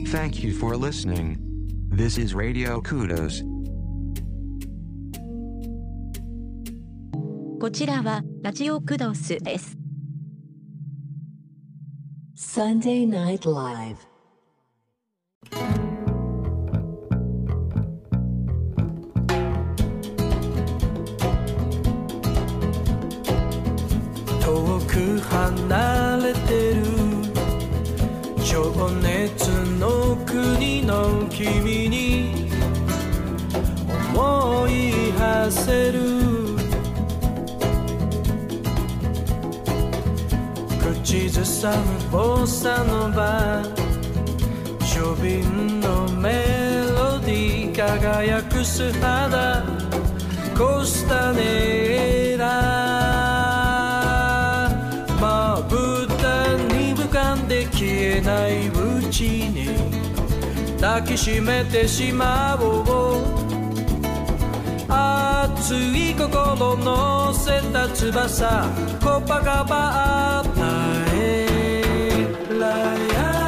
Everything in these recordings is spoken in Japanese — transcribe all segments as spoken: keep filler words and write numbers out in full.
Thank you for listening. This is Radio Kudos. こちらはラジオクドスです。 Sunday Night Live。 遠く離れてる情熱の国の君に思い馳せる口ずさむボサノバ庶民のメロディー輝く素肌コスタネーラまぶたに浮かんで消えないうちに抱きしめてしまおう熱い心乗せた翼コパカバーナエラヤ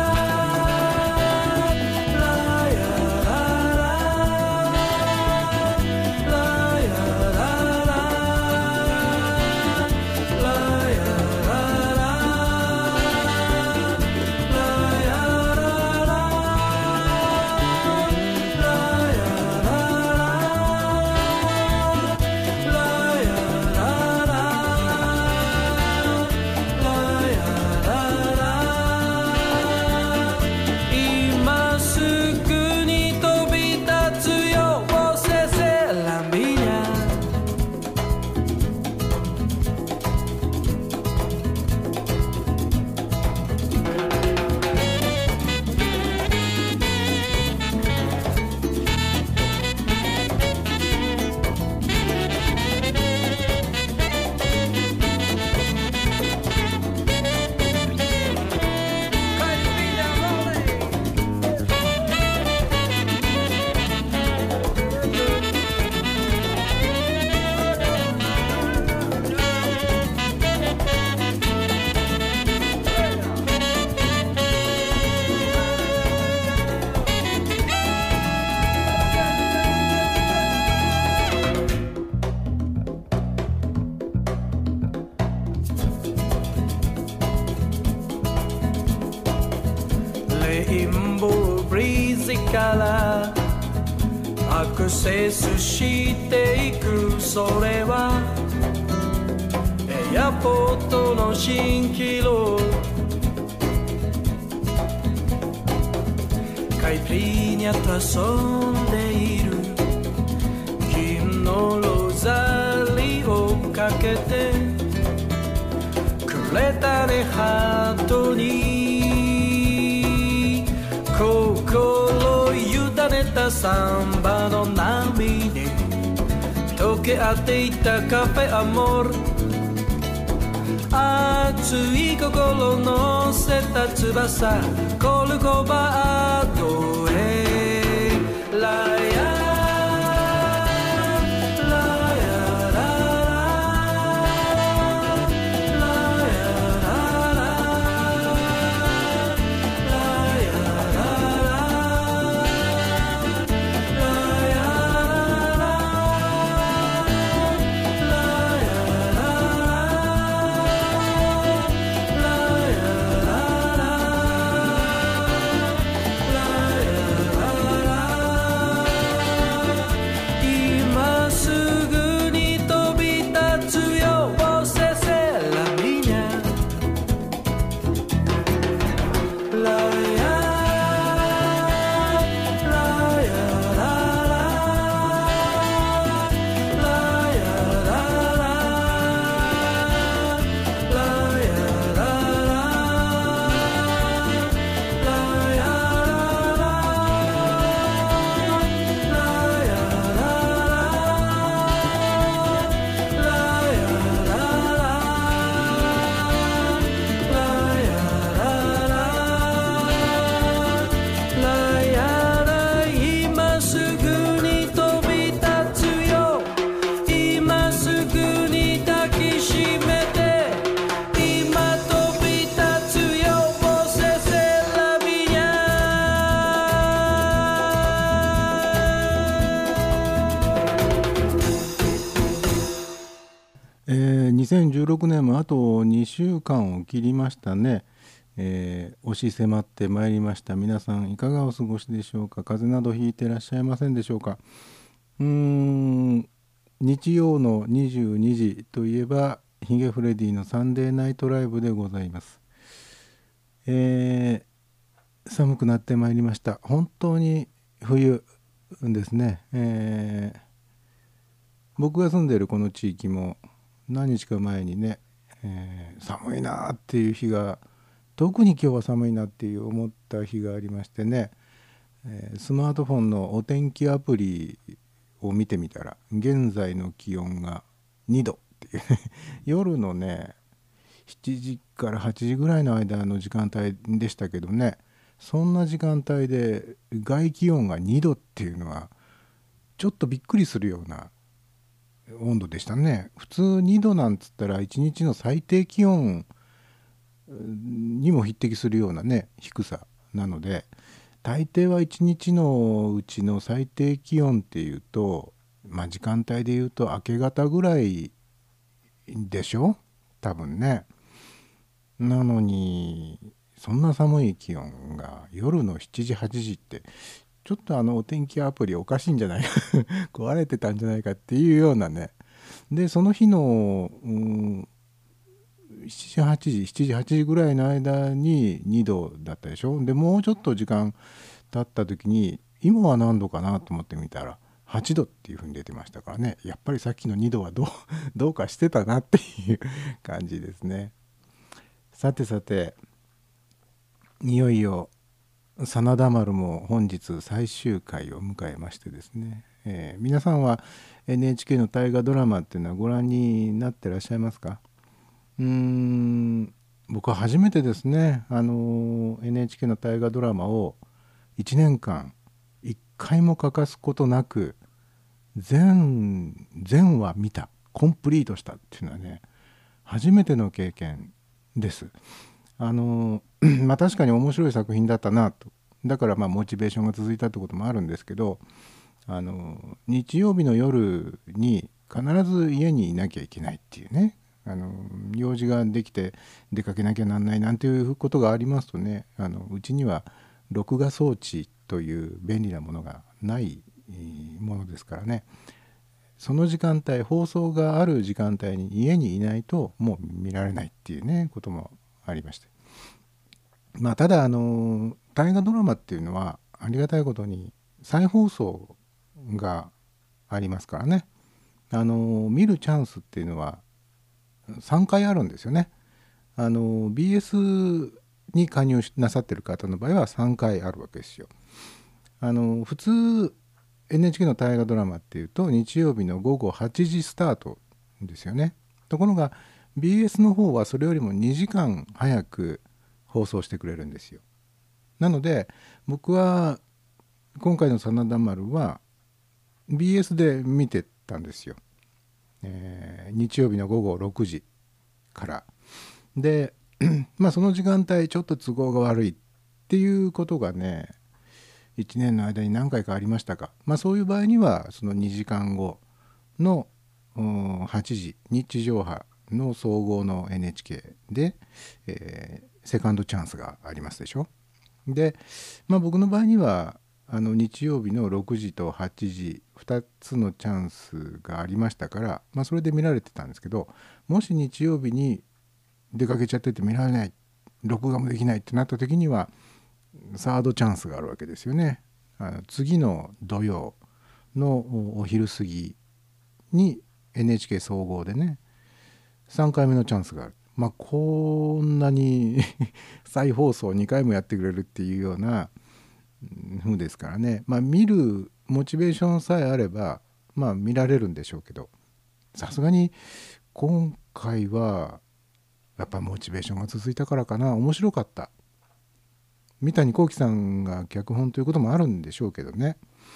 からアクセスしていくそれはエアポートの蜃気楼カイプリーニャと遊んでいる金のロザリをかけてくれたねハートに心委ねたサンバの波に溶け合っていたカフェアモール熱い心乗せた翼コルコバードへラヤにせんじゅうろくねんもあとにしゅうかんを切りましたね。えー、押し迫ってまいりました。皆さんいかがお過ごしでしょうか。風邪などひいてらっしゃいませんでしょうか。うーん日曜のにじゅうにじといえばヒゲフレディのサンデーナイトライブでございます。えー、寒くなってまいりました。本当に冬ですね。えー、僕が住んでいるこの地域も何日か前にね、えー、寒いなっていう日が、特に今日は寒いなっていう思った日がありましてね、えー、スマートフォンのお天気アプリを見てみたら現在の気温がにどっていう夜のねしちじからはちじぐらいの間の時間帯でしたけどね、そんな時間帯で外気温がにどっていうのはちょっとびっくりするような温度でしたね。普通にどなんつったらいちにちの最低気温にも匹敵するようなね低さなので、大抵はいちにちのうちの最低気温っていうと、まあ時間帯でいうと明け方ぐらいでしょ多分ね。なのにそんな寒い気温が夜のしちじはちじって、ちょっとあのお天気アプリおかしいんじゃないか壊れてたんじゃないかっていうようなね。でその日の、うん、しちじはちじしちじはちじぐらいの間ににどだったでしょ。でもうちょっと時間経った時に今は何度かなと思ってみたらはちどっていう風に出てましたからね。やっぱりさっきのにどはどう、どうかしてたなっていう感じですね。さてさて、いよいよ真田丸も本日最終回を迎えましてですね、えー、皆さんは エヌエイチケー の大河ドラマっていうのはご覧になってらっしゃいますか。うーん僕は初めてですね、あのー、エヌエイチケー の大河ドラマをいちねんかんいっかいも欠かすことなく全全話見た、コンプリートしたっていうのはね初めての経験です。あのー、まあ確かに面白い作品だったなと、だからまあモチベーションが続いたってこともあるんですけど、あのー、日曜日の夜に必ず家にいなきゃいけないっていうね、あの用事ができて出かけなきゃなんないなんていうことがありますとね、あのうちには録画装置という便利なものがないものですからね、その時間帯、放送がある時間帯に家にいないともう見られないっていうねこともありまして、まあただあの大河ドラマっていうのはありがたいことに再放送がありますからね、あの見るチャンスっていうのはさんかいあるんですよね。あの ビーエス に加入なさってる方の場合はさんかいあるわけですよ。あの普通 エヌエイチケー の大河ドラマっていうと日曜日のごごはちじスタートですよね。ところが ビーエス の方はそれよりもにじかん早く放送してくれるんですよ。なので僕は今回の真田丸は ビーエス で見てたんですよ。えー、日曜日のごごろくじからでまあその時間帯ちょっと都合が悪いっていうことがねいちねんの間に何回かありましたか。まあそういう場合にはそのにじかんごのはちじ日常波の総合の エヌエイチケー で、えー、セカンドチャンスがありますでしょ。でまあ僕の場合にはあの日曜日のろくじとはちじふたつのチャンスがありましたから、まあ、それで見られてたんですけど、もし日曜日に出かけちゃってて見られない、録画もできないってなった時にはサードチャンスがあるわけですよね。あの次の土曜のお昼過ぎに エヌエイチケー 総合でねさんかいめのチャンスがある。まあこんなに再放送にかいもやってくれるっていうような風ですからね、まあ見るモチベーションさえあればまあ見られるんでしょうけど、さすがに今回はやっぱモチベーションが続いたからかな、面白かった。三谷幸喜さんが脚本ということもあるんでしょうけどね、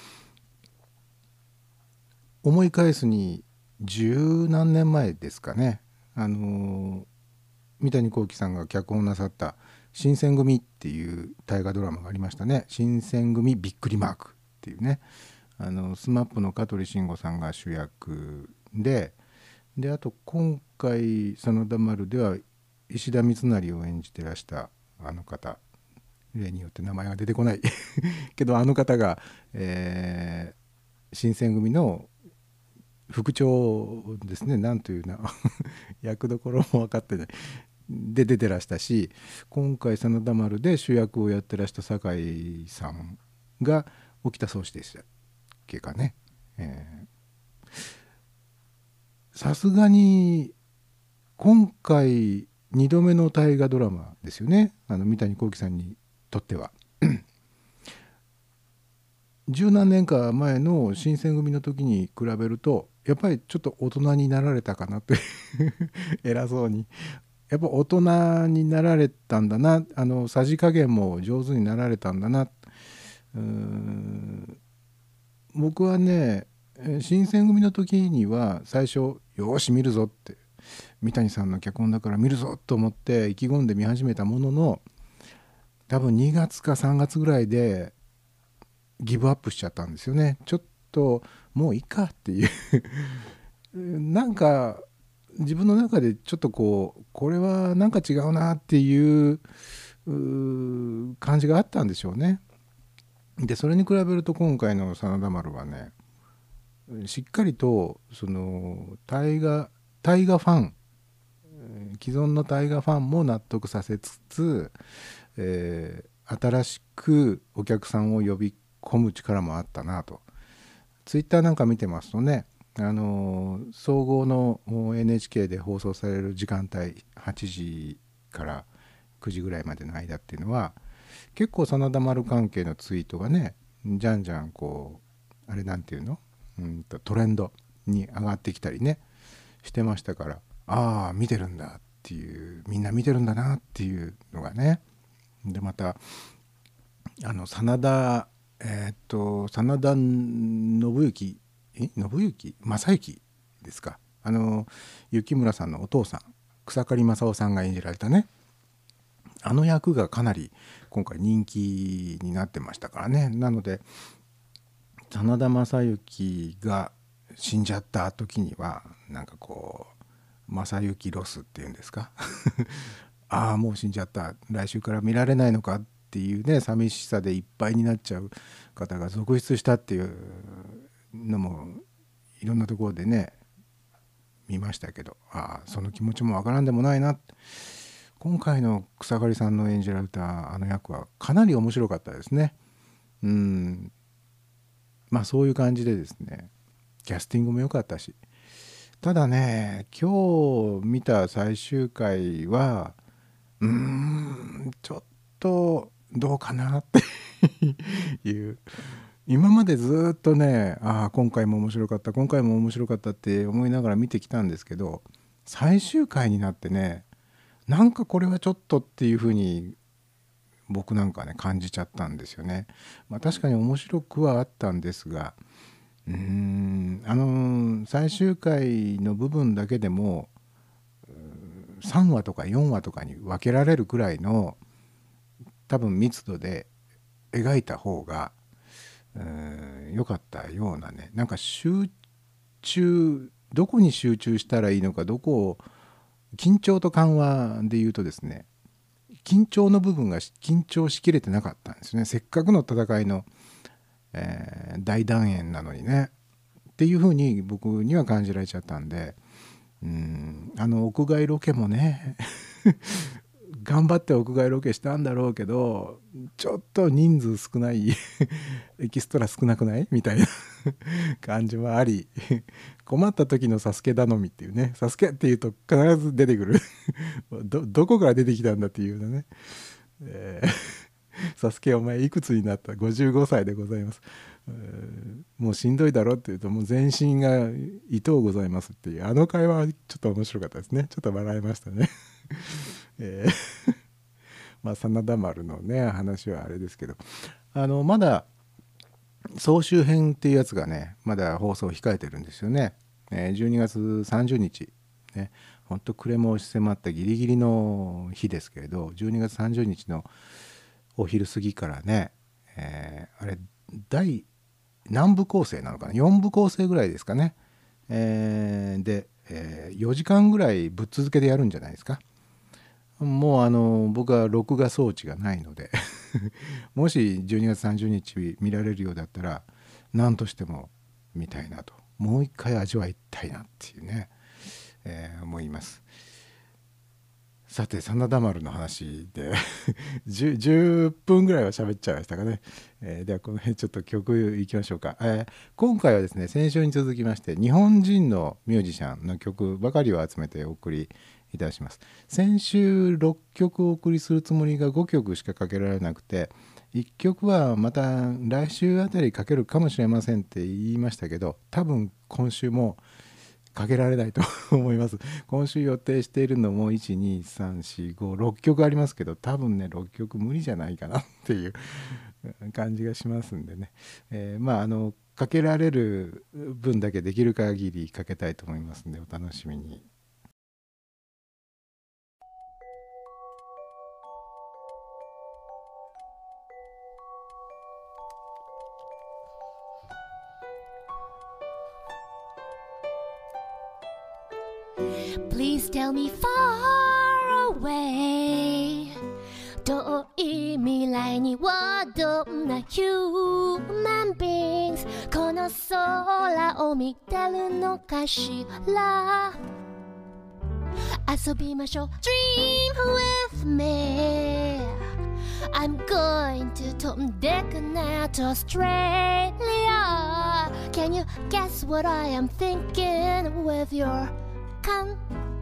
思い返すに十何年前ですかね、あの三谷幸喜さんが脚本なさった新選組っていう大河ドラマがありましたね。新選組びっくりマークっていうね、あのスマップの香取慎吾さんが主役で、 であと今回真田丸では石田三成を演じてらしたあの方、例によって名前が出てこないけどあの方が、えー、新選組の副長ですね、なんというな役どころも分かってないで出てらしたし、今回真田丸で主役をやってらした酒井さんが沖田総司でしたっけかね。さすがに今回にどめの大河ドラマですよね、あの三谷幸喜さんにとっては十何年か前の新選組の時に比べるとやっぱりちょっと大人になられたかなって偉そうに、やっぱ大人になられたんだな、あのさじ加減も上手になられたんだな。うーん、僕はね新選組の時には最初よし見るぞって三谷さんの脚本だから見るぞと思って意気込んで見始めたものの、多分にがつかさんがつぐらいでギブアップしちゃったんですよね。ちょっともういいかっていうなんか自分の中でちょっとこうこれはなんか違うなっていう感じがあったんでしょうね。でそれに比べると今回の真田丸はね、しっかりとその大河大河ファン、既存の大河ファンも納得させつつ、えー、新しくお客さんを呼び込む力もあったなと。ツイッターなんか見てますとね、あのー、総合の エヌエイチケー で放送される時間帯はちじからくじぐらいまでの間っていうのは結構真田丸関係のツイートがねじゃんじゃんこうあれなんていうの、うんとトレンドに上がってきたりねしてましたから、ああ見てるんだっていう、みんな見てるんだなっていうのがね。でまたあの真田えー、っと真田信行え信行正行ですか、あの幸村さんのお父さん草刈正雄さんが演じられたねあの役がかなり今回人気になってましたからね。なので真田正幸が死んじゃった時にはなんかこう正幸ロスっていうんですかああもう死んじゃった、来週から見られないのかっていうね寂しさでいっぱいになっちゃう方が続出したっていうのもいろんなところでね見ましたけど、ああその気持ちもわからんでもないな。今回の草刈さんの演じられたあの役はかなり面白かったですね。うん、まあそういう感じでですね、キャスティングも良かったし、ただね今日見た最終回はうーんちょっとどうかなっていう今までずっとねああ今回も面白かった今回も面白かったって思いながら見てきたんですけど、最終回になってねなんかこれはちょっとっていう風に僕なんかね感じちゃったんですよね。まあ確かに面白くはあったんですが、うーんあの最終回の部分だけでもさんわとかよんわとかに分けられるくらいの多分密度で描いた方が良かったようなね、なんか集中どこに集中したらいいのか、どこを緊張と緩和で言うとですね、緊張の部分が緊張しきれてなかったんですね。せっかくの戦いの、えー、大団円なのにねっていうふうに僕には感じられちゃったんで、うーんあの屋外ロケもね頑張って屋外ロケしたんだろうけどちょっと人数少ないエキストラ少なくないみたいな感じもあり困った時のサスケ頼みっていうね、サスケっていうと必ず出てくるど, どこから出てきたんだっていうのね、えー、サスケお前いくつになった？ごじゅうごさいでございます、えー、もうしんどいだろって言うともう全身が痛うございますっていうあの会話はちょっと面白かったですね。ちょっと笑いましたねえー、まあ真田丸のね話はあれですけど、あのまだ総集編っていうやつがねまだ放送控えてるんですよね。えー、じゅうにがつさんじゅうにちね、ほんと暮れも押し迫ったギリギリの日ですけれど、じゅうにがつさんじゅうにちのお昼過ぎからね、えー、あれ第何部構成なのかな、よんぶ構成ぐらいですかね、えー、で、 えー、よじかんぐらいぶっ続けでやるんじゃないですか。もうあの僕は録画装置がないのでもしじゅうにがつさんじゅうにち見られるようだったら何としても見たいなと、もう一回味わいたいなっていうね、えー、思います。さて真田丸の話で10, じゅっぷんぐらいは喋っちゃいましたかね、えー、ではこの辺ちょっと曲いきましょうか、えー、今回はですね先週に続きまして日本人のミュージシャンの曲ばかりを集めてお送りいたします。先週ろっきょくお送りするつもりがごきょくしかかけられなくて、いっきょくはまた来週あたりかけるかもしれませんって言いましたけど、多分今週もかけられないと思います。今週予定しているのもいち、に、さん、よん、ご、ろっきょくありますけど、多分ねろっきょく無理じゃないかなっていう感じがしますんでね、えー、まああのかけられる分だけできる限りかけたいと思いますんでお楽しみに。 Please tell me far away 遠い未来にはどんな human beings この空を見てるのかしら。遊びましょう Dream with me I'm going to 飛んでくねと Australia Can you guess what I am thinking with your感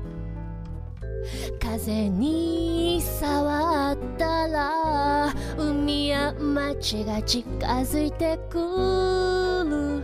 風に触ったら海や街が近づいてくる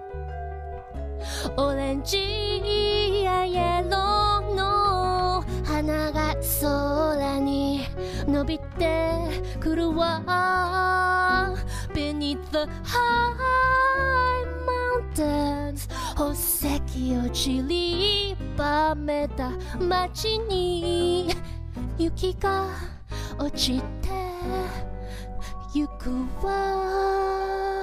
オレンジやイエローの花が空に伸びてくるわ Beneath the high mountains 宝石を散りばめた街に雪が落ちてゆくわ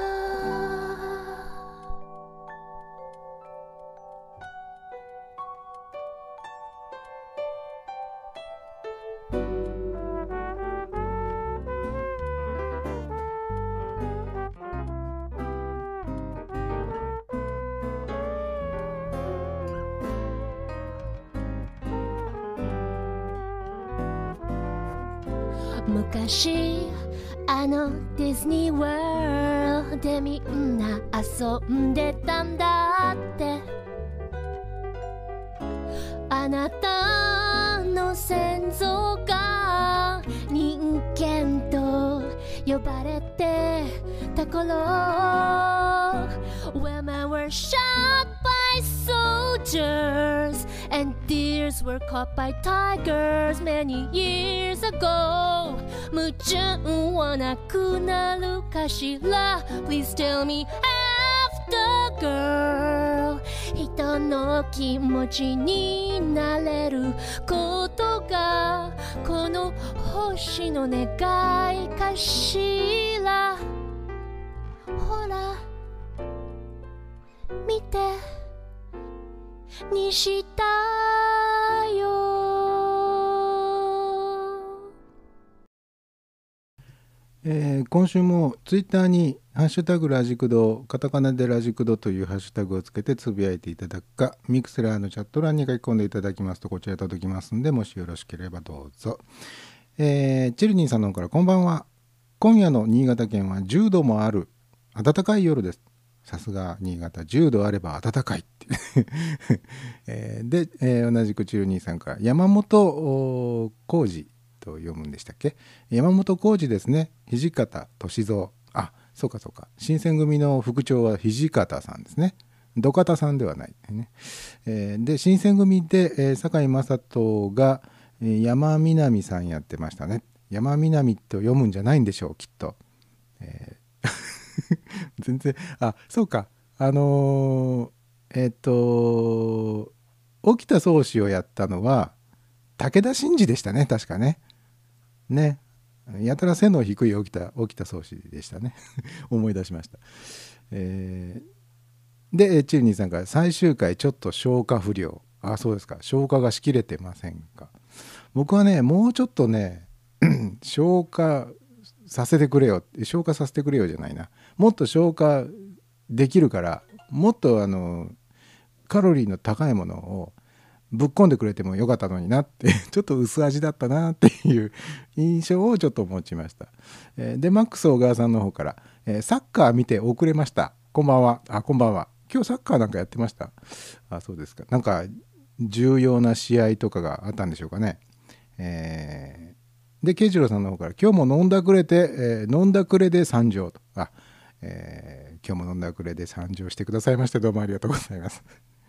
昔あのディズニーワールドでみんな遊んでたんだってあなたの先祖が人間と呼ばれてた頃 Women were shot by soldiers And deers were caught by tigers many years ago 矛盾はなくなるかしら Please tell me after girl 人の気持ちになれることがこの星の願いかしらほら見て西だよ、 えー、今週もツイッターにハッシュタグラジクドカタカナでラジクドというハッシュタグをつけてつぶやいていただくかミクセラーのチャット欄に書き込んでいただきますとこちら届きますんでもしよろしければどうぞ、えー、チルニーさんの方からこんばんは。今夜の新潟県はじゅうどもある暖かい夜です。さすが新潟じゅうどあれば暖かいって、えー、で、えー、同じくチルニーさんから山本浩二と読むんでしたっけ。山本浩二ですね。土方歳三、あ、そうかそうか、新選組の副長は土方さんですね。土方さんではないね、えー、で新選組で、えー、堺雅人が、えー、山南さんやってましたね。山南と読むんじゃないんでしょうきっと、えー全然あそうかあのー、えっ、ー、と沖田総司をやったのは武田真治でしたね確かねねやたら背の低い沖田沖田総司でしたね思い出しました、えー、でチルニーさんから最終回ちょっと消化不良あ、そうですか。消化がしきれてませんか。僕はね、もうちょっとね消化させてくれよ、消化させてくれよじゃないな、もっと消化できるから、もっとあのカロリーの高いものをぶっ込んでくれてもよかったのになってちょっと薄味だったなっていう印象をちょっと持ちました。えー、でマックス小川さんの方から、えー、サッカー見て遅れました。こんばんは。あ、こんばんは。今日サッカーなんかやってました。あ、そうですか。なんか重要な試合とかがあったんでしょうかね。えー、で慶次郎さんの方から今日も飲んだくれて、えー、飲んだくれで参上と、あ、えー、今日も飲んだくれで参上してくださいましてどうもありがとうございます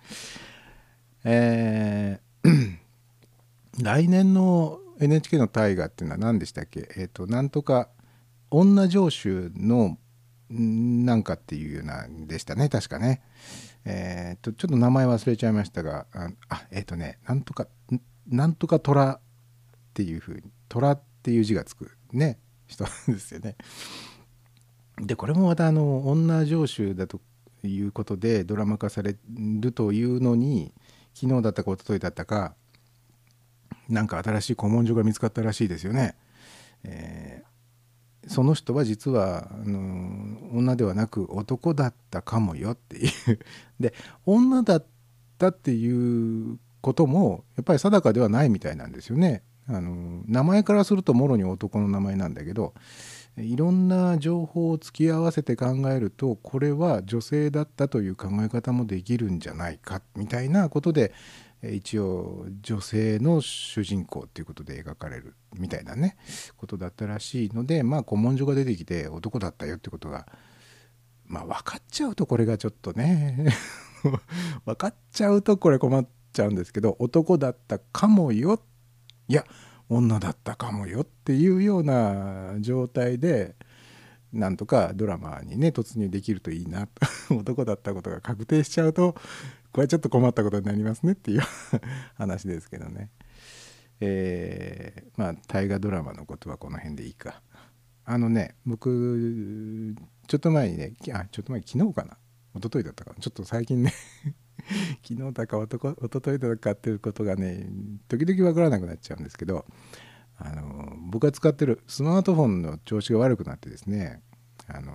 えー、来年の エヌエイチケー の大河っていうのは何でしたっけ。えっとなんとか女城主のなんかっていうようなでしたね、確かね。えー、とちょっと名前忘れちゃいましたが、ああえっ、ー、とねなんとかなんとか虎っていう風に虎っていう字がつくね人ですよね。でこれもまたあの女城主だということでドラマ化されるというのに、昨日だったか一昨日だったかなんか新しい古文書が見つかったらしいですよね。えー、その人は実はあの女ではなく男だったかもよっていうで女だったっていうこともやっぱり定かではないみたいなんですよね。あの名前からするともろに男の名前なんだけど、いろんな情報を突き合わせて考えるとこれは女性だったという考え方もできるんじゃないかみたいなことで、一応女性の主人公っていうことで描かれるみたいなねことだったらしいので、まあ古文書が出てきて男だったよってことがまあ分かっちゃうとこれがちょっとね分かっちゃうとこれ困っちゃうんですけど、男だったかもよ、いや女だったかもよっていうような状態でなんとかドラマにね突入できるといいなと男だったことが確定しちゃうとこれちょっと困ったことになりますねっていう話ですけどね。えー、まあ大河ドラマのことはこの辺でいいか。あのね僕ちょっと前にねあちょっと前昨日かな一昨日だったかなちょっと最近ね昨日だかおとこ一昨日だかっていうことがね時々わからなくなっちゃうんですけど、あの僕が使ってるスマートフォンの調子が悪くなってですね、あの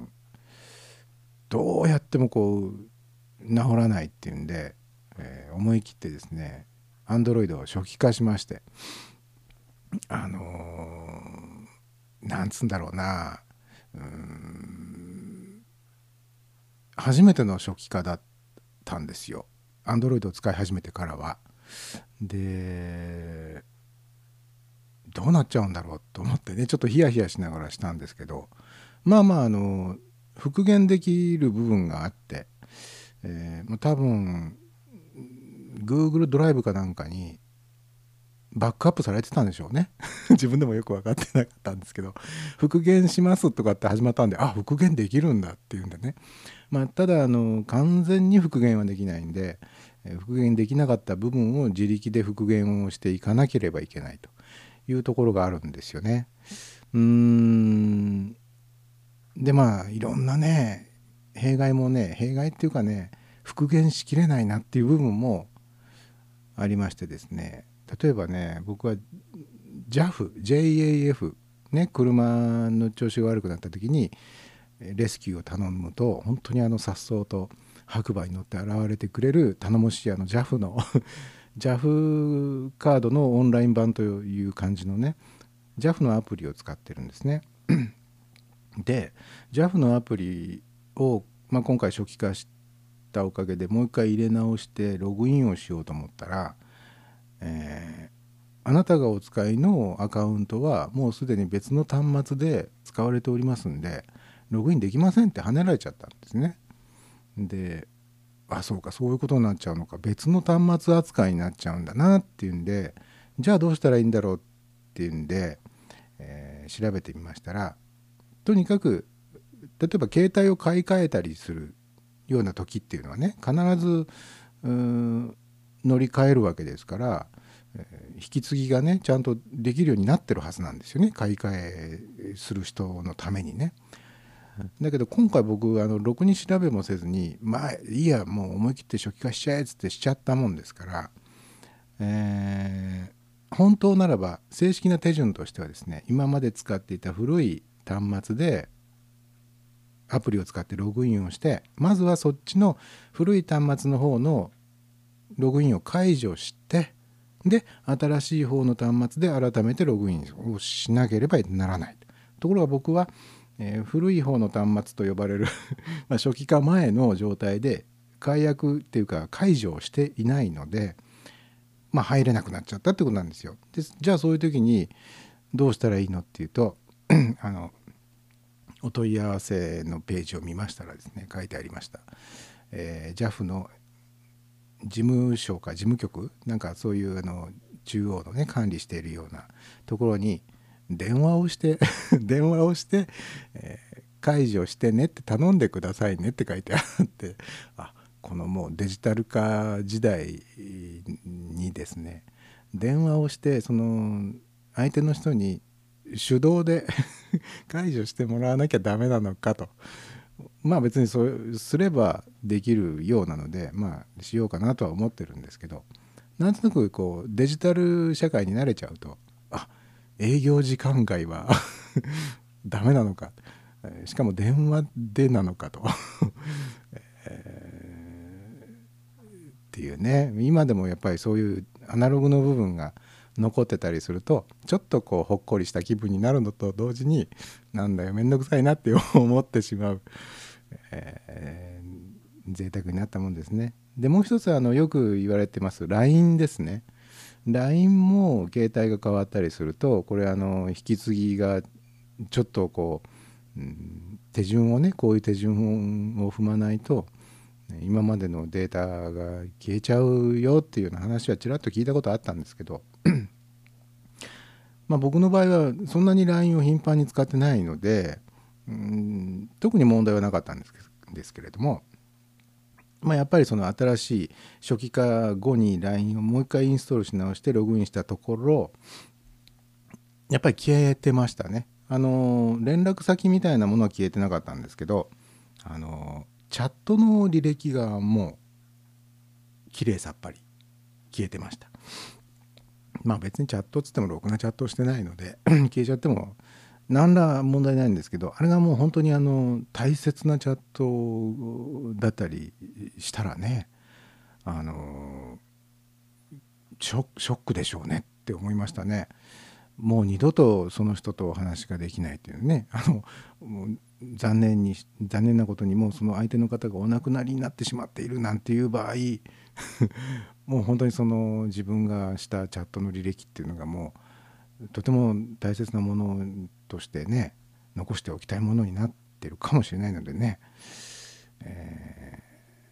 どうやってもこう治らないっていうんで、えー、思い切ってですね Android を初期化しまして、あのー、なんつうんだろうなうーん初めての初期化だったんですよ Android を使い始めてからは。でどうなっちゃうんだろうと思ってねちょっとヒヤヒヤしながらしたんですけど、まあまああの復元できる部分があって、えー、多分 Google ドライブかなんかにバックアップされてたんでしょうね自分でもよく分かってなかったんですけど、復元しますとかって始まったんで、あ復元できるんだっていうんでね、まあただあの完全に復元はできないんで、えー、復元できなかった部分を自力で復元をしていかなければいけないというところがあるんですよね。うーんでまあいろんなね弊害もね弊害っていうかね復元しきれないなっていう部分もありましてですね、例えばね僕は ジャフ ジェイエーエフ ね車の調子が悪くなった時にレスキューを頼むと本当にあの颯爽と白馬に乗って現れてくれる頼もしいあの ジャフ のジャフ カードのオンライン版という感じのね ジャフ のアプリを使ってるんですねで ジャフ のアプリを、まあ、今回初期化したおかげでもう一回入れ直してログインをしようと思ったら、えー、あなたがお使いのアカウントはもうすでに別の端末で使われておりますんでログインできませんって跳ねられちゃったんですね。であそうかそういうことになっちゃうのか、別の端末扱いになっちゃうんだなっていうんで、じゃあどうしたらいいんだろうっていうんで、えー、調べてみましたら、とにかく例えば携帯を買い替えたりするような時っていうのはね必ずうーん乗り換えるわけですから、えー、引き継ぎがねちゃんとできるようになってるはずなんですよね、買い替えする人のためにね。 だけど今回僕あのろくに調べもせずにまあいいやもう思い切って初期化しちゃえっつってしちゃったもんですから、えー、本当ならば正式な手順としてはですね、今まで使っていた古い端末でアプリを使ってログインをして、まずはそっちの古い端末の方のログインを解除して、で新しい方の端末で改めてログインをしなければならない。ところが僕は、えー、古い方の端末と呼ばれるまあ初期化前の状態で解約っていうか解除をしていないので、まあ入れなくなっちゃったってことなんですよ。でじゃあそういう時にどうしたらいいのっていうとあのお問い合わせのページを見ましたらですね、書いてありました、えー、ジャフ の事務所か事務局なんかそういうあの中央のね管理しているようなところに電話をして電話をして、えー、解除してねって頼んでくださいねって書いてあって、あこのもうデジタル化時代にですね、電話をしてその相手の人に手動で解除してもらわなきゃダメなのかと。まあ別にそうすればできるようなので、まあしようかなとは思ってるんですけど、なんとなくこうデジタル社会に慣れちゃうと、あ営業時間外はダメなのか、しかも電話でなのかと、えー、っていうね、今でもやっぱりそういうアナログの部分が残ってたりするとちょっとこうほっこりした気分になるのと同時に、なんだよめんどくさいなって思ってしまう、えー、贅沢になったもんですね。でもう一つはあのよく言われてます ライン ですね。 ライン も携帯が変わったりすると、これあの引き継ぎがちょっとこう、うん、手順をねこういう手順を踏まないと今までのデータが消えちゃうよっていうような話はちらっと聞いたことあったんですけどまあ僕の場合はそんなに ライン を頻繁に使ってないので、うん、特に問題はなかったんですけど、ですけれども、まあ、やっぱりその新しい初期化後に ライン をもう一回インストールし直してログインしたところ、やっぱり消えてましたね。あの連絡先みたいなものは消えてなかったんですけど、あのチャットの履歴がもうきれいさっぱり消えてました。まあ別にチャットっつってもろくなチャットしてないので消えちゃっても何ら問題ないんですけど、あれがもう本当にあの大切なチャットだったりしたらね、あのショショックでしょうねって思いましたね。もう二度とその人とお話ができないというね、あのもう残念に残念なことにもうその相手の方がお亡くなりになってしまっているなんていう場合もう本当にその自分がしたチャットの履歴っていうのがもうとても大切なものとしてね残しておきたいものになってるかもしれないのでね、え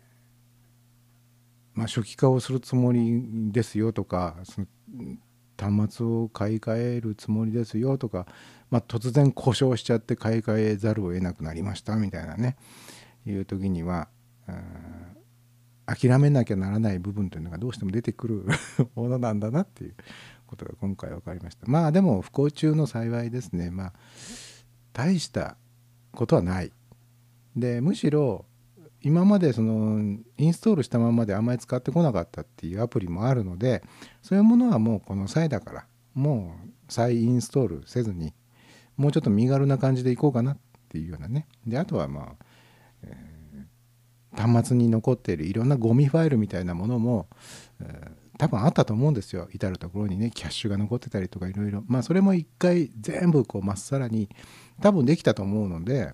ー、まあ初期化をするつもりですよとか、その端末を買い替えるつもりですよとか、まあ、突然故障しちゃって買い替えざるを得なくなりましたみたいなねいう時には、諦めなきゃならない部分というのがどうしても出てくるものなんだなっていうことが今回分かりました。まあでも不幸中の幸いですね。まあ大したことはない。でむしろ今までそのインストールしたままであんまり使ってこなかったっていうアプリもあるので、そういうものはもうこの際だからもう再インストールせずにもうちょっと身軽な感じでいこうかなっていうようなね。であとはまあ、えー、端末に残っているいろんなゴミファイルみたいなものも、えー、多分あったと思うんですよ。至るところにねキャッシュが残ってたりとかいろいろ、まあそれも一回全部こうまっさらに多分できたと思うので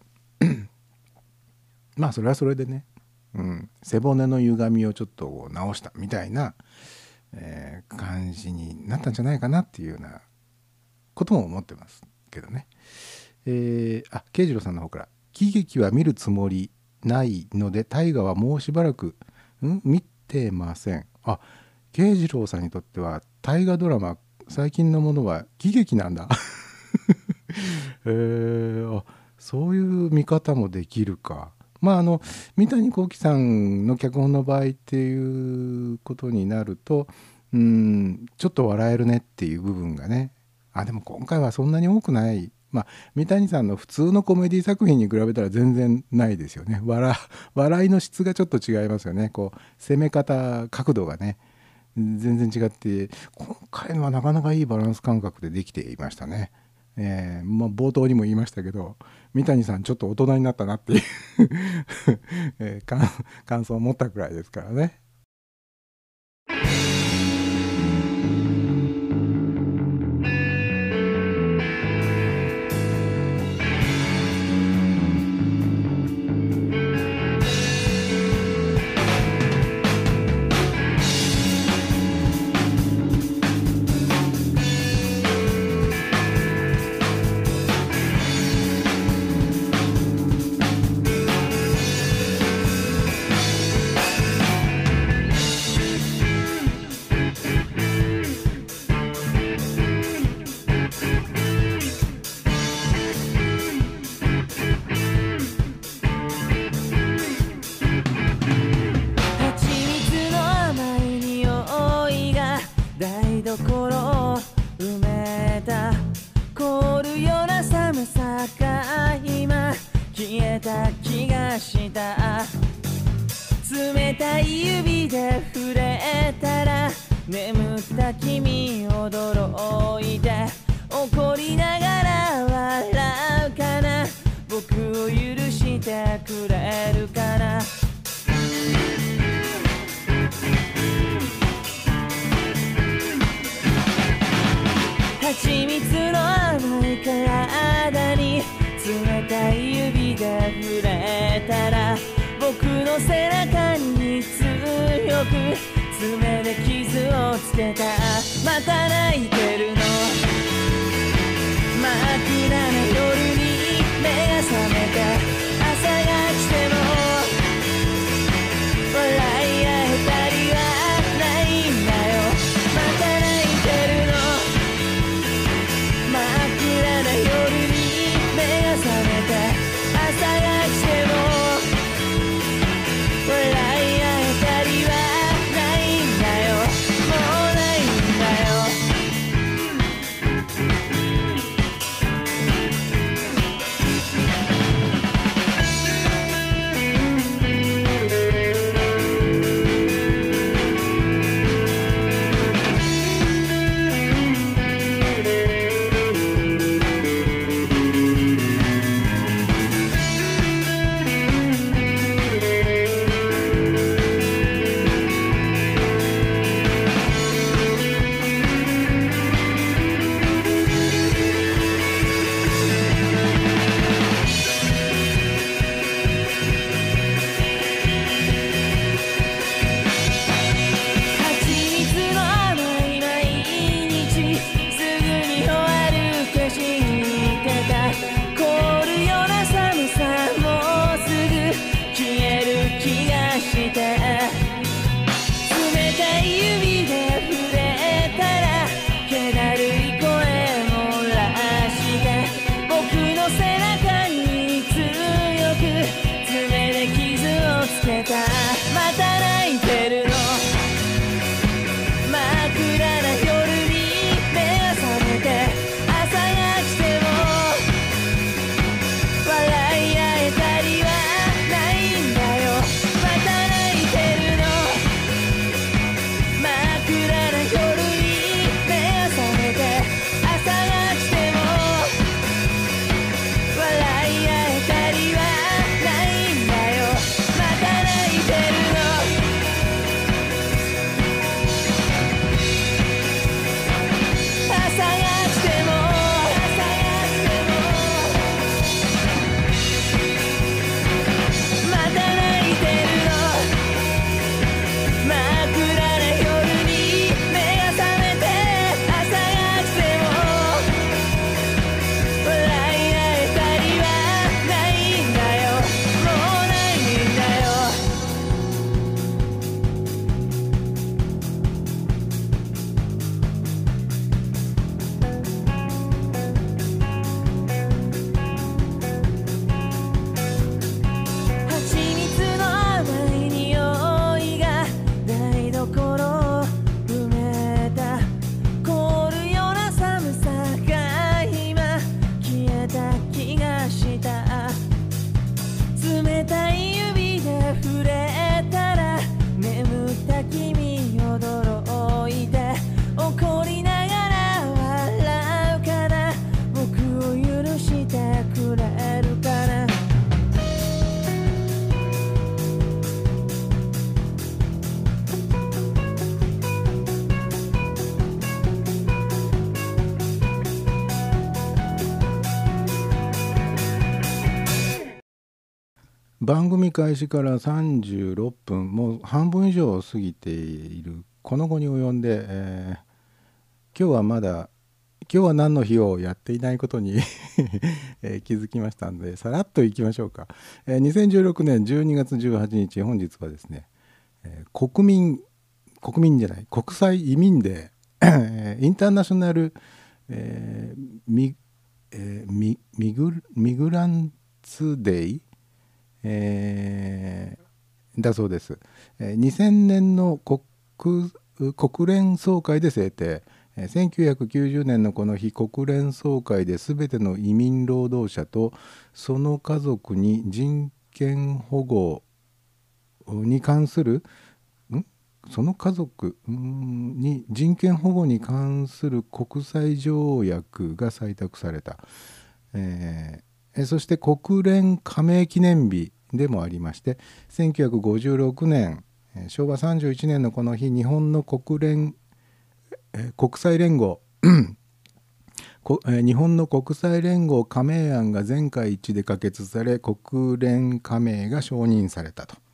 まあそれはそれでね、うん、背骨の歪みをちょっと直したみたいな、えー、感じになったんじゃないかなっていうようなことも思ってますけどね。えー、あ慶次郎さんの方から喜劇は見るつもりないので大河はもうしばらくん見てません。あ慶次郎さんにとっては大河ドラマ最近のものは喜劇なんだ、えー、あそういう見方もできるか。まああの三谷幸喜さんの脚本の場合っていうことになると、うんちょっと笑えるねっていう部分がね、あでも今回はそんなに多くない、 まあ三谷さんの普通のコメディ作品に比べたら全然ないですよね。笑笑いの質がちょっと違いますよね。こう攻め方角度がね全然違って、今回のはなかなかいいバランス感覚でできていましたね。えーまあ、冒頭にも言いましたけど、三谷さんちょっと大人になったなっていう、えー、感, 感想を持ったくらいですからね。 冷たい指で触れたら眠った君驚いて怒りながら笑うかな、僕を許してくれるかな。蜂蜜の甘い体に冷たい指で触れたら僕の背中に強く爪で傷をつけた。また泣いてるの、真っ暗な夜に目が覚めて朝が来ても笑い合えたりはないんだよ。また泣いてるの、真っ暗な夜に目が覚めて朝が来ても笑い合えたりはないんだよ、もうないんだよ。 番組開始からさんじゅうろっぷん、もう半分以上過ぎているこの後に及んで、えー、今日はまだ今日は何の日をやっていないことに、えー、気づきましたので、さらっといきましょうか。えー、にせんじゅうろくねんじゅうにがつじゅうはちにち、本日はですね、えー、国民国民じゃない国際移民デーインターナショナル、えーミえー、ミ, ミ, グミグランツデイ、えー、だそうです。えー、にせんねんの 国, 国連総会で制定。せんきゅうひゃくきゅうじゅうねんのこの日、国連総会で全ての移民労働者とその家族に人権保護に関するんその家族に人権保護に関する国際条約が採択された、えー、そして国連加盟記念日でもありまして、せんきゅうひゃくごじゅうろくねんしょうわさんじゅういちねんのこの日、日本の国連国際連合日本の国際連合加盟案が全会一致で可決され、国連加盟が承認されたと。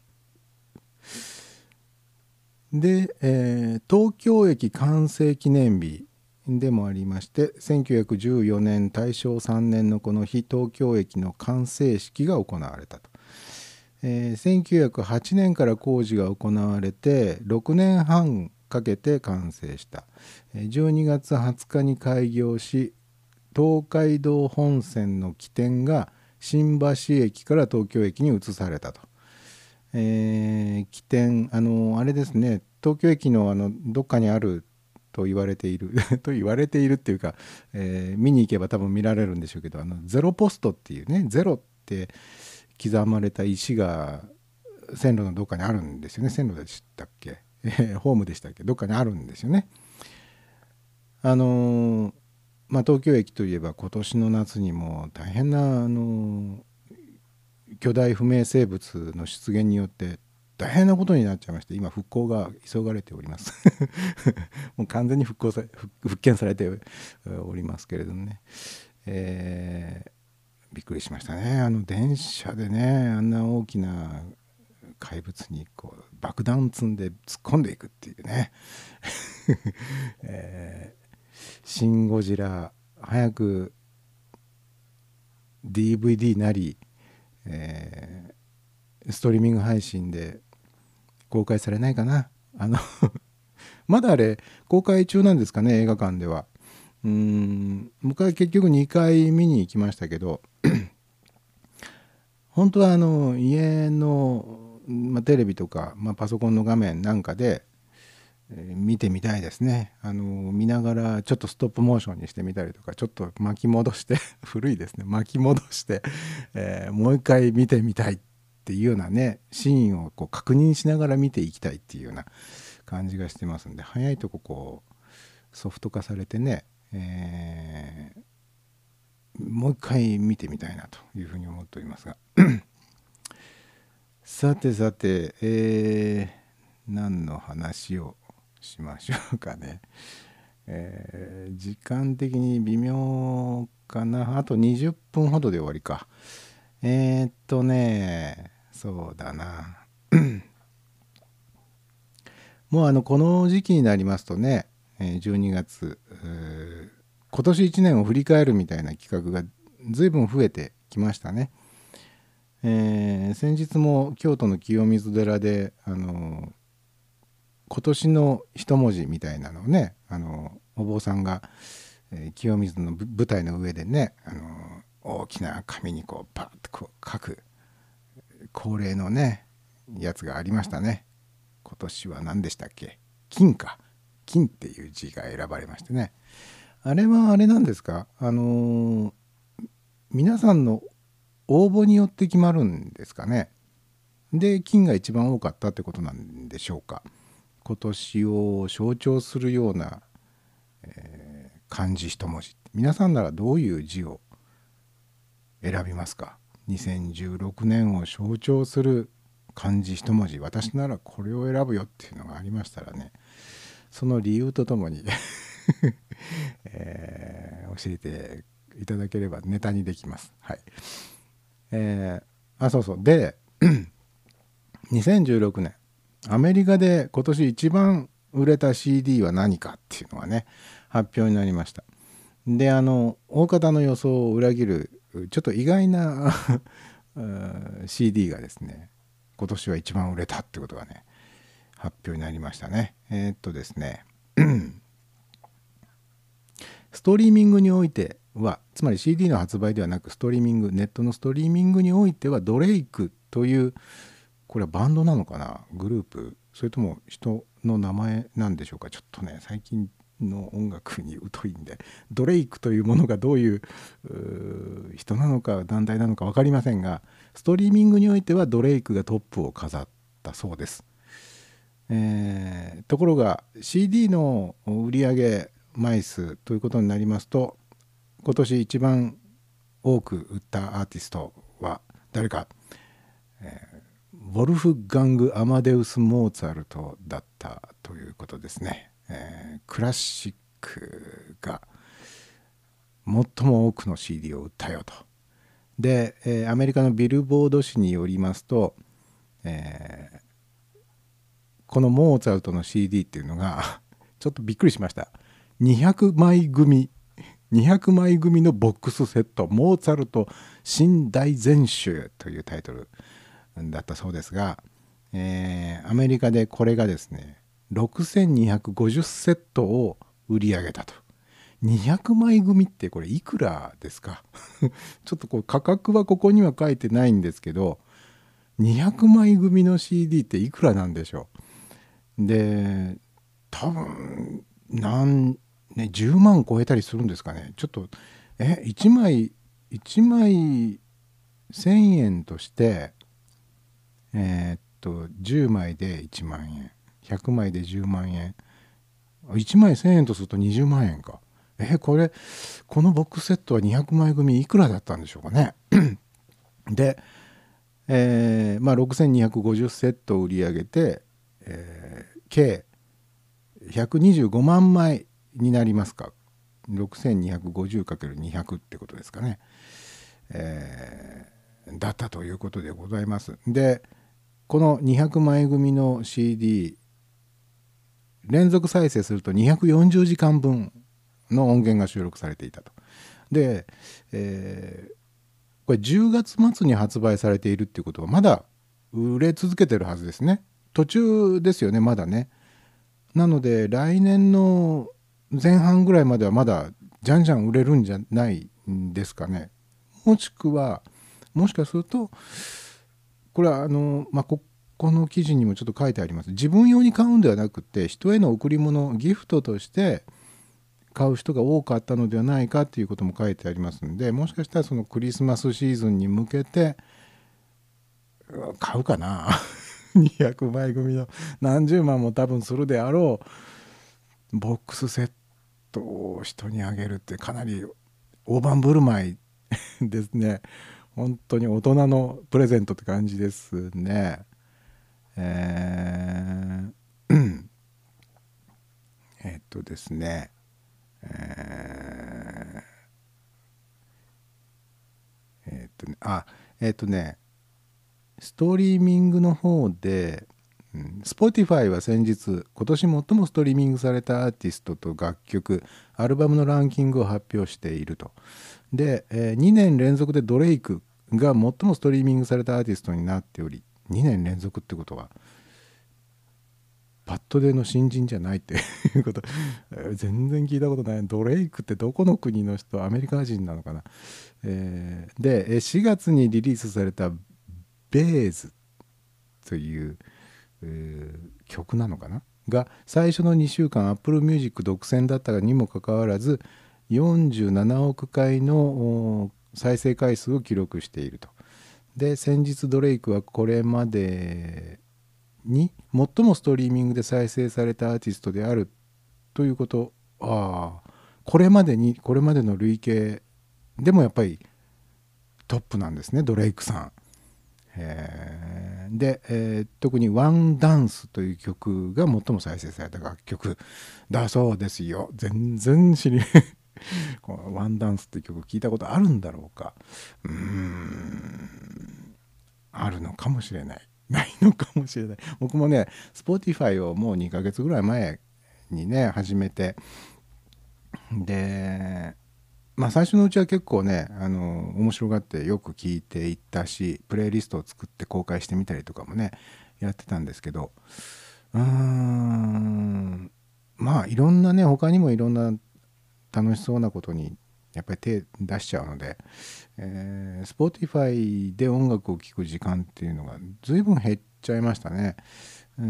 で、えー、東京駅完成記念日でもありまして、せんきゅうひゃくじゅうよねん大正さんねんのこの日、東京駅の完成式が行われたと。えー、せんきゅうひゃくはちねんから工事が行われてろくねんはんかけて完成した。じゅうにがつはつかに開業し、東海道本線の起点が新橋駅から東京駅に移されたと。えー、起点あのあれですね、東京駅のあのどっかにあると言われていると言われているっていうか、えー、見に行けば多分見られるんでしょうけど、あのゼロポストっていうね、ゼロって刻まれた石が線路のどっかにあるんですよね。線路でしたっけ、えー、ホームでしたっけ、どっかにあるんですよね。あのー、まあ東京駅といえば今年の夏にも大変なあのー、巨大不明生物の出現によって大変なことになっちゃいまして、今復興が急がれておりますもう完全に復興さ復建されておりますけれどもね、えー、びっくりしましたね。あの電車でね、あんな大きな怪物にこう爆弾積んで突っ込んでいくっていうね、えー、シン・ゴジラ早く ディーブイディー なり、えー、ストリーミング配信で公開されないかな。あのまだあれ公開中なんですかね、映画館では。うーん僕は結局にかい見に行きましたけど本当はあの家の、まあ、テレビとか、まあ、パソコンの画面なんかで、えー、見てみたいですね。あの見ながらちょっとストップモーションにしてみたりとか、ちょっと巻き戻して古いですね、巻き戻して、えー、もう一回見てみたいっていうようなね、シーンをこう確認しながら見ていきたいっていうような感じがしてますんで、早いとここうソフト化されてね、えー、もう一回見てみたいなというふうに思っておりますがさてさて、えー、何の話をしましょうかね。えー、時間的に微妙かな。あとにじゅっぷんほどで終わりか。えー、っとねそうだなもうあのこの時期になりますとね、じゅうにがつ、今年いちねんを振り返るみたいな企画が随分増えてきましたね。えー、先日も京都の清水寺であの今年の一文字みたいなのをね、あのお坊さんが、えー、清水の舞台の上でね、あの大きな紙にこうパッとこう書く恒例のねやつがありましたね。今年は何でしたっけ、金か、金っていう字が選ばれましてね、あれはあれなんですか、あのー、皆さんの応募によって決まるんですかね。で金が一番多かったってことなんでしょうか。今年を象徴するような、えー、漢字一文字、皆さんならどういう字を選びますか。にせんじゅうろくねんを象徴する漢字一文字、私ならこれを選ぶよっていうのがありましたらね、その理由とともに、えー、教えていただければネタにできます。はい。えー、あそうそうでにせんじゅうろくねんアメリカで今年一番売れた シーディー は何かっていうのがね発表になりました。であの大方の予想を裏切るちょっと意外なシーディー がですね今年は一番売れたってことがね発表になりましたね。えー、っとですねストリーミングにおいてはつまり シーディー の発売ではなくストリーミングネットのストリーミングにおいてはドレイクというこれはバンドなのかなグループそれとも人の名前なんでしょうか。ちょっとね最近の音楽に疎いんでドレイクというものがどういう、う人なのか団体なのか分かりませんがストリーミングにおいてはドレイクがトップを飾ったそうです。えー、ところが シーディー の売上枚数ということになりますと今年一番多く売ったアーティストは誰か、えーウォルフガング・アマデウス・モーツァルトだったということですね。えー、クラシックが最も多くの シーディー を売ったよと。で、えー、アメリカのビルボード誌によりますと、えー、このモーツァルトの シーディー っていうのがちょっとびっくりしました。にひゃくまい組にひゃくまい組のボックスセットモーツァルト新大全集というタイトルだったそうですが、えー、アメリカでこれがですねろくせんにひゃくごじゅうセットを売り上げたと。にひゃくまい組ってこれいくらですかちょっとこう価格はここには書いてないんですけどにひゃくまい組の シーディー っていくらなんでしょう。で多分なんねじゅうまん超えたりするんですかね。ちょっとえいちまいいちまいせんえんとしてえー、っとじゅうまいでいちまんえんひゃくまいでじゅうまんえんいちまいせんえんとするとにじゅうまんえんか。えこれこのボックスセットはにひゃくまい組いくらだったんでしょうかねで、えーまあ、ろくせんにひゃくごじゅうセットを売り上げて、えー、計ひゃくにじゅうごまんまいになりますか。 ろくせんにひゃくごじゅうかけるにひゃく ってことですかね、えー、だったということでございます。でこのにひゃくまい組の シーディー 連続再生するとにひゃくよんじゅうじかんぶんの音源が収録されていたと。で、えー、これじゅうがつ末に発売されているっていうことはまだ売れ続けてるはずですね。途中ですよねまだね。なので来年の前半ぐらいまではまだじゃんじゃん売れるんじゃないんですかね。もしくはもしかするとこれはあの、まあ、ここの記事にもちょっと書いてあります。自分用に買うんではなくて人への贈り物ギフトとして買う人が多かったのではないかということも書いてありますのでもしかしたらそのクリスマスシーズンに向けて買うかなにひゃくまい組の何十万も多分するであろうボックスセットを人にあげるってかなり大盤振る舞いですね。本当に大人のプレゼントって感じですね。えー、えっとですね、えー、えー、っとねあえー、っとねストリーミングの方で、うん、Spotify は先日今年最もストリーミングされたアーティストと楽曲アルバムのランキングを発表していると。で、えー、にねん連続でドレイクが最もストリーミングされたアーティストになっておりにねん連続ってことはパッドでの新人じゃないっていうこと全然聞いたことない。ドレイクってどこの国の人アメリカ人なのかな、えー、でしがつにリリースされたベーズという、えー、曲なのかなが最初のにしゅうかん Apple Music 独占だったにもかかわらずよんじゅうななおくかいの再生回数を記録していると。で先日ドレイクはこれまでに最もストリーミングで再生されたアーティストであるということ。ああこれまでにこれまでの累計でもやっぱりトップなんですねドレイクさん。えー、で、えー、特にワンダンスという曲が最も再生された楽曲だそうですよ。全然知りこのワンダンスっていう曲聞いたことあるんだろうか。うーんあるのかもしれない、ないのかもしれない。僕もね Spotify をもうにかげつぐらい前にね始めて、でまあ最初のうちは結構ねあの面白がってよく聞いていったし、プレイリストを作って公開してみたりとかもねやってたんですけど、うーんまあいろんなね他にもいろんな楽しそうなことにやっぱり手出しちゃうので、えー、Spotify で音楽を聴く時間っていうのが随分減っちゃいましたね。うん、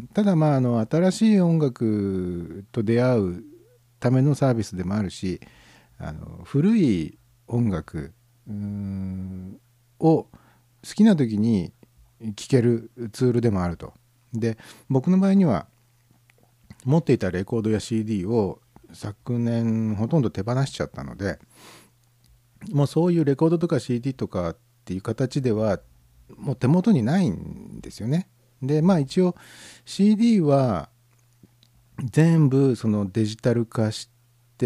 ただまああの新しい音楽と出会うためのサービスでもあるし、あの古い音楽うーんを好きな時に聴けるツールでもあると。で僕の場合には持っていたレコードや シーディー を昨年ほとんど手放しちゃったので、もうそういうレコードとか シーディー とかっていう形ではもう手元にないんですよね。でまあ一応 シーディー は全部そのデジタル化して、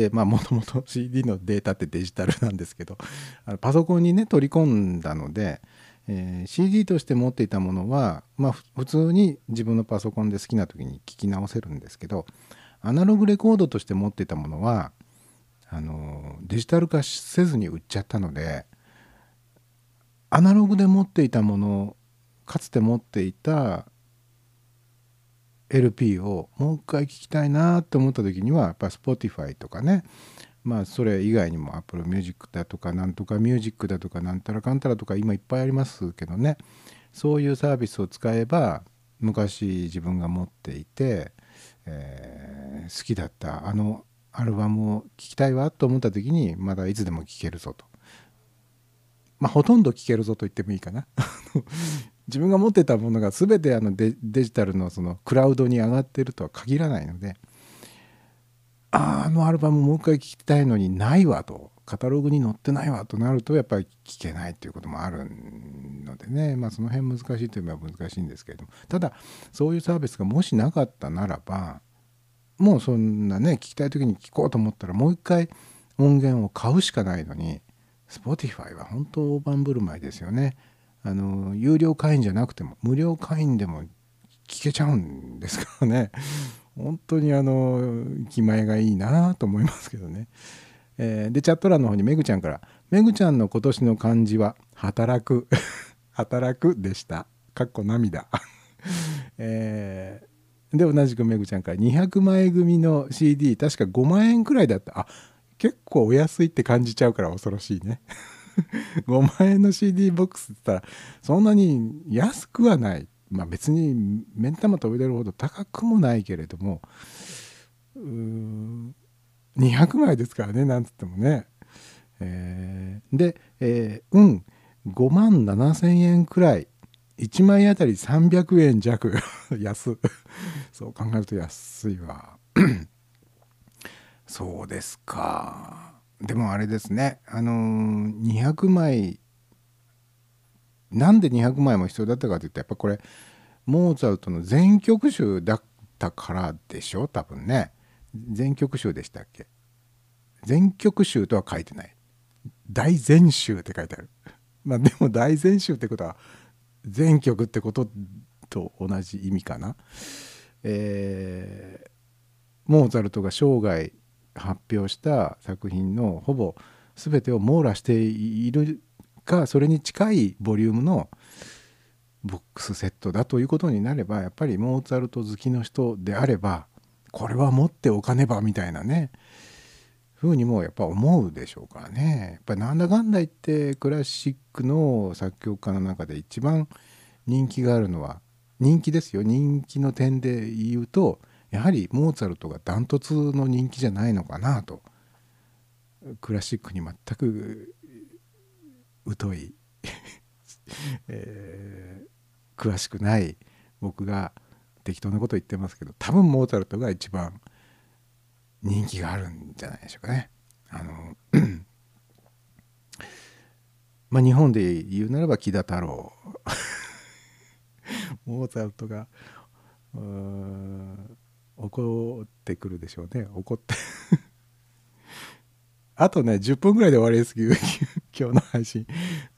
まあもともと シーディー のデータってデジタルなんですけど、あのパソコンにね取り込んだので、えー、シーディー として持っていたものは、まあ、普通に自分のパソコンで好きな時に聞き直せるんですけど、アナログレコードとして持っていたものはあのデジタル化せずに売っちゃったので、アナログで持っていたもの、かつて持っていた エルピー をもう一回聞きたいなと思った時にはやっぱり Spotify とかね、まあそれ以外にも Apple Music だとかなんとかミュージックだとかなんたらかんたらとか今いっぱいありますけどね、そういうサービスを使えば昔自分が持っていて、えー、好きだったあのアルバムを聴きたいわと思った時にまだいつでも聴けるぞと、まあほとんど聴けるぞと言ってもいいかな自分が持ってたものが全てあの デ, デジタルのそのクラウドに上がってるとは限らないので、あ, あのアルバムもう一回聴きたいのにないわと、カタログに載ってないわとなるとやっぱり聴けないということもあるのでね、まあその辺難しいといえば難しいんですけれども、ただそういうサービスがもしなかったならば、もうそんなね聴きたい時に聴こうと思ったらもう一回音源を買うしかないのに、 Spotify は本当大盤振る舞いですよね。あの有料会員じゃなくても無料会員でも聴けちゃうんですからね本当にあの気前がいいなと思いますけどね。えー、でチャット欄の方にめぐちゃんから、めぐちゃんの今年の漢字は働く働くでしたかっこ涙、えー、で同じくめぐちゃんからにひゃくまい組の シーディー 確かごまんえんくらいだった。あ、結構お安いって感じちゃうから恐ろしいねごまんえんの シーディー ボックスって言ったらそんなに安くはない。まあ別に目ん玉飛び出るほど高くもないけれども、うーんにひゃくまいですからね、なんつってもね。えー、で、えー、うんごまんななせんえんくらい、いちまいあたりさんびゃくえん弱安そう考えると安いわそうですか。でもあれですね、あのー、にひゃくまいなんでにひゃくまいも必要だったかというと、やっぱこれモーツァルトの全曲集だったからでしょ多分ね。全曲集でしたっけ。全曲集とは書いてない、大全集って書いてあるまあでも大全集ってことは全曲ってことと同じ意味かな。えー、モーツァルトが生涯発表した作品のほぼ全てを網羅しているか、それに近いボリュームのボックスセットだということになれば、やっぱりモーツァルト好きの人であればこれは持っておかねばみたいなねふうにもやっぱ思うでしょうからね。やっぱりなんだかんだ言ってクラシックの作曲家の中で一番人気があるのは、人気ですよ、人気の点で言うとやはりモーツァルトがダントツの人気じゃないのかなと。クラシックに全く疎い、えー、詳しくない僕が適当なこと言ってますけど、多分モーツァルトが一番人気があるんじゃないでしょうかね。あのまあ日本で言うならば木田太郎モーツァルトがうーん怒ってくるでしょうね。怒ってあとねじゅっぷんぐらいで終わりですけど今日の配信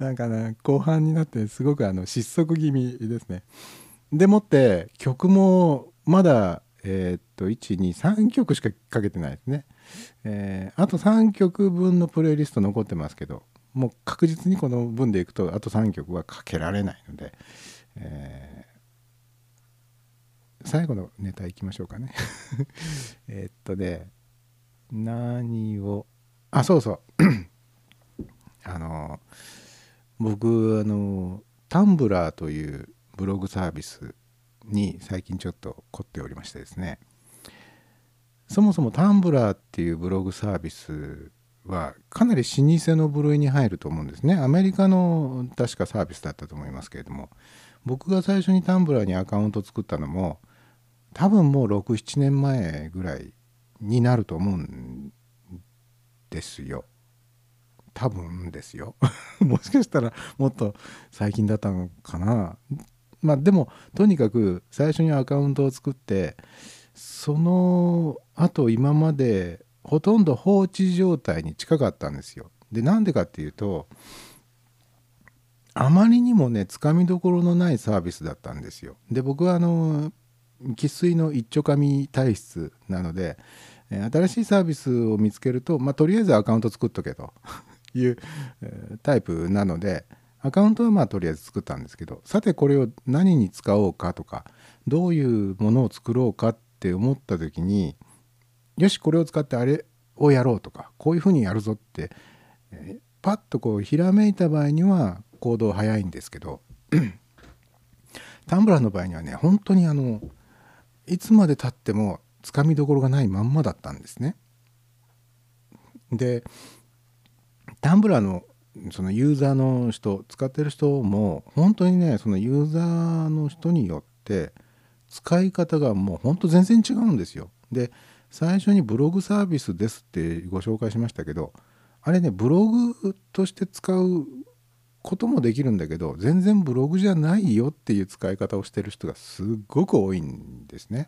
なんかね後半になってすごくあの失速気味ですね。でもって曲もまだえー、っといちにさんきょくしかかけてないですね、えー、あとさんきょくぶんのプレイリスト残ってますけど、もう確実にこの分でいくとあとさんきょくはかけられないので、えー、最後のネタいきましょうかねえっとね何をあそうそうあの僕あのタンブラーというブログサービスに最近ちょっと凝っておりましてですね、そもそもタンブラーっていうブログサービスはかなり老舗の部類に入ると思うんですね。アメリカの確かサービスだったと思いますけれども、僕が最初にタンブラーにアカウント作ったのも多分もうろく、ななねんまえぐらいになると思うんですよ。多分ですよもしかしたらもっと最近だったのかな。まあでもとにかく最初にアカウントを作って、その後今までほとんど放置状態に近かったんですよ。でなんでかっていうと、あまりにもねつかみどころのないサービスだったんですよ。で僕はあの生粋の一丁紙体質なので、新しいサービスを見つけると、まあ、とりあえずアカウント作っとけというタイプなので、アカウントはまあとりあえず作ったんですけど、さてこれを何に使おうかとか、どういうものを作ろうかって思った時に、よしこれを使ってあれをやろうとか、こういうふうにやるぞって、えー、パッとこうひらめいた場合には行動早いんですけどタンブラーの場合にはね、本当にあのいつまで経ってもつかみどころがないまんまだったんですね。でタンブラーのそのユーザーの人、使ってる人も本当にね、そのユーザーの人によって使い方がもう本当全然違うんですよ。で最初にブログサービスですってご紹介しましたけど、あれねブログとして使うこともできるんだけど、全然ブログじゃないよっていう使い方をしてる人がすっごく多いんですね。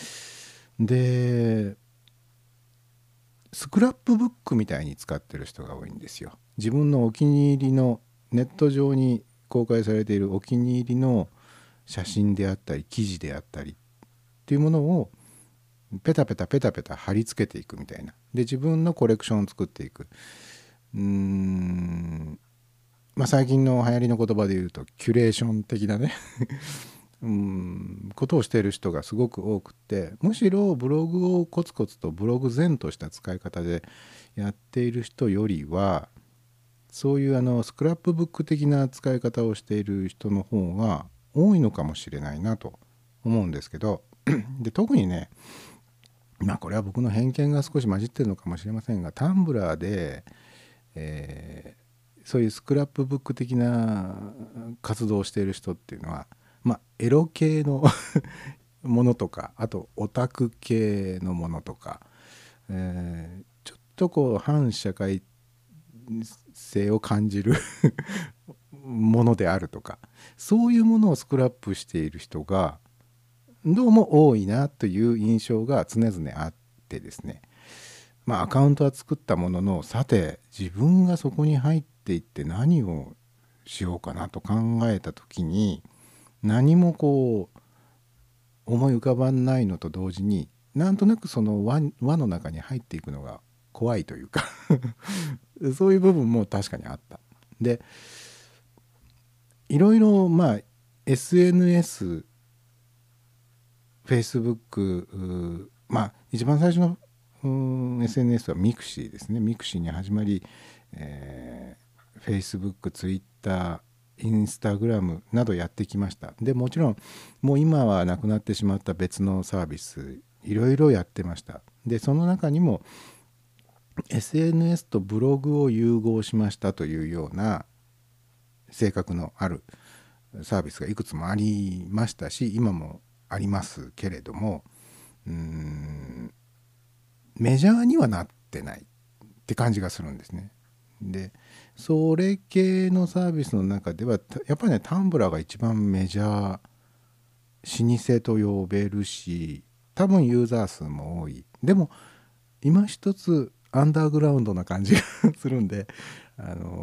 でスクラップブックみたいに使ってる人が多いんですよ。自分のお気に入りの、ネット上に公開されているお気に入りの写真であったり記事であったりっていうものをペタペタペタペタ貼り付けていくみたいな。で自分のコレクションを作っていく。うーんまあ最近の流行りの言葉で言うとキュレーション的なねうーんことをしている人がすごく多くて、むしろブログをコツコツとブログ前とした使い方でやっている人よりは、そういうあのスクラップブック的な使い方をしている人の方が多いのかもしれないなと思うんですけどで特にね、まあこれは僕の偏見が少し混じってるのかもしれませんが、タンブラーで、えー、そういうスクラップブック的な活動をしている人っていうのは、まあエロ系のものとか、あとオタク系のものとか、えー、ちょっとこう反社会性を感じるものであるとか、そういうものをスクラップしている人がどうも多いなという印象が常々あってですね、まあアカウントは作ったものの、さて自分がそこに入っていって何をしようかなと考えた時に、何もこう思い浮かばないのと同時に、なんとなくその 輪, 輪の中に入っていくのが怖いというかそういう部分も確かにあった。でいろいろまあ エスエヌエス、Facebook、まあ一番最初のうん エスエヌエス はミクシーですね。ミクシーに始まり、えー、Facebook、Twitter、インスタグラムなどやってきました。でもちろんもう今はなくなってしまった別のサービスいろいろやってました。でその中にも エスエヌエス とブログを融合しましたというような性格のあるサービスがいくつもありましたし、今もありますけれども、うーんメジャーにはなってないって感じがするんですね。でそれ系のサービスの中ではやっぱりね、タンブラーが一番メジャー、老舗と呼べるし、多分ユーザー数も多い。でも今一つアンダーグラウンドな感じがするんで、あの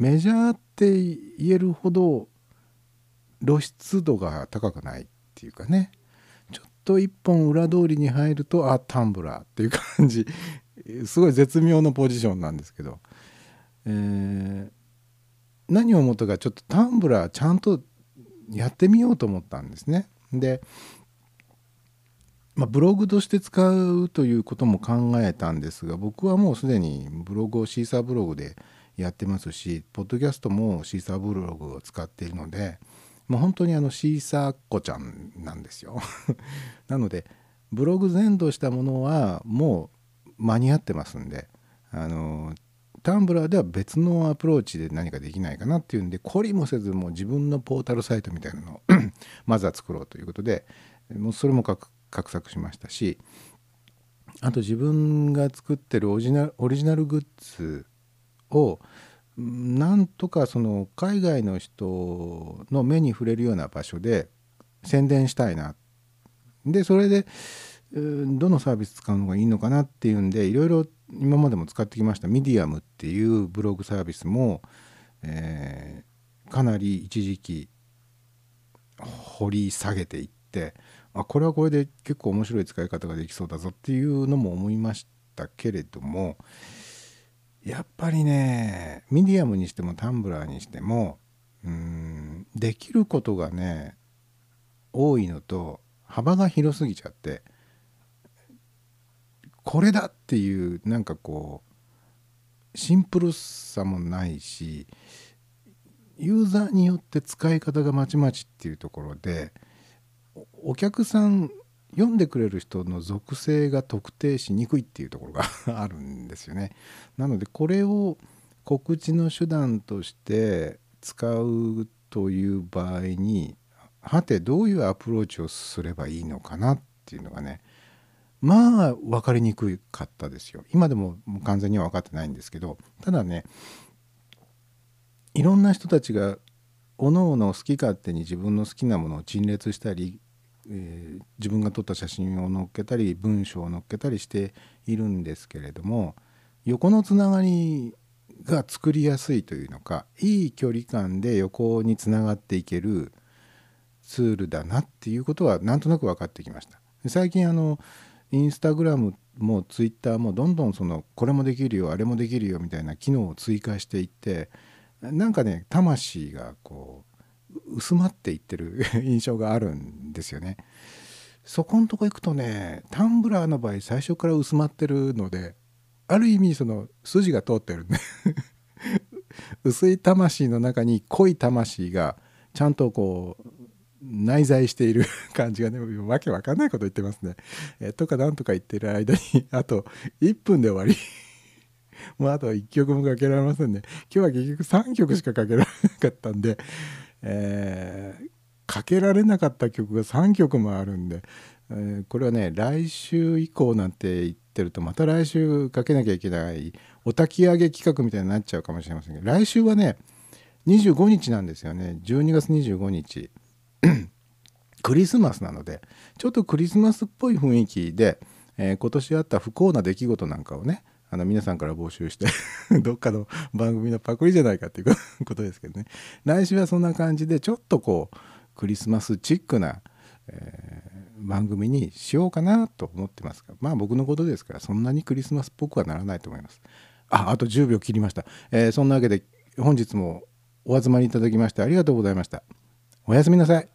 メジャーって言えるほど露出度が高くないっていうかね、ちょっと一本裏通りに入るとあタンブラーっていう感じ、すごい絶妙なポジションなんですけど、えー、何を思ったか、ちょっとタンブラーちゃんとやってみようと思ったんですね。で、まあ、ブログとして使うということも考えたんですが、僕はもうすでにブログをシーサーブログでやってますし、ポッドキャストもシーサーブログを使っているので、もう本当にあのシーサーっ子ちゃんなんですよなのでブログ全土したものはもう間に合ってますんで、あのタンブラーでは別のアプローチで何かできないかなっていうんで、懲りもせずもう自分のポータルサイトみたいなのをまずは作ろうということで、もうそれも画策しましたし、あと自分が作ってるオリジナル、オリジナルグッズをなんとかその海外の人の目に触れるような場所で宣伝したいな。でそれでどのサービス使うのがいいのかなっていうんで、いろいろ今までも使ってきましたミディアムっていうブログサービスも、えー、かなり一時期掘り下げていって、あこれはこれで結構面白い使い方ができそうだぞっていうのも思いましたけれども、やっぱりねミディアムにしてもタンブラーにしてもうーんできることがね多いのと幅が広すぎちゃって、これだっていうなんかこうシンプルさもないし、ユーザーによって使い方がまちまちっていうところで、お客さん読んでくれる人の属性が特定しにくいっていうところがあるんですよね。なのでこれを告知の手段として使うという場合に、はてどういうアプローチをすればいいのかなっていうのがね、まあ分かりにくかったですよ。今でももう完全には分かってないんですけど、ただねいろんな人たちがおのおの好き勝手に自分の好きなものを陳列したり、えー、自分が撮った写真を載っけたり文章を載っけたりしているんですけれども、横のつながりが作りやすいというのか、いい距離感で横につながっていけるツールだなっていうことはなんとなく分かってきました。最近あのインスタグラムもツイッターもどんどんそのこれもできるよあれもできるよみたいな機能を追加していって、なんかね魂がこう薄まっていってる印象があるんですよね。そこのとこ行くとね、タンブラーの場合最初から薄まってるので、ある意味その筋が通ってるんで薄い魂の中に濃い魂がちゃんとこう内在している感じがね、わけわかんないこと言ってますね。えとかなんとか言ってる間にあといっぷんで終わりもうあといっきょくもかけられませんね。今日は結局さんきょくしかかけられなかったんで、えー、かけられなかった曲がさんきょくもあるんで、えー、これはね来週以降なんて言ってるとまた来週かけなきゃいけないお焚き上げ企画みたいになっちゃうかもしれませんけど、来週はねにじゅうごにちなんですよね。じゅうにがつにじゅうごにちクリスマスなので、ちょっとクリスマスっぽい雰囲気で、えー、今年あった不幸な出来事なんかをね、あの皆さんから募集してどっかの番組のパクリじゃないかっていうことですけどね。来週はそんな感じでちょっとこうクリスマスチックな、えー、番組にしようかなと思ってますが、まあ僕のことですからそんなにクリスマスっぽくはならないと思います。あ、あとじゅうびょう切りました。えー、そんなわけで本日もお集まりいただきましてありがとうございました。おやすみなさい。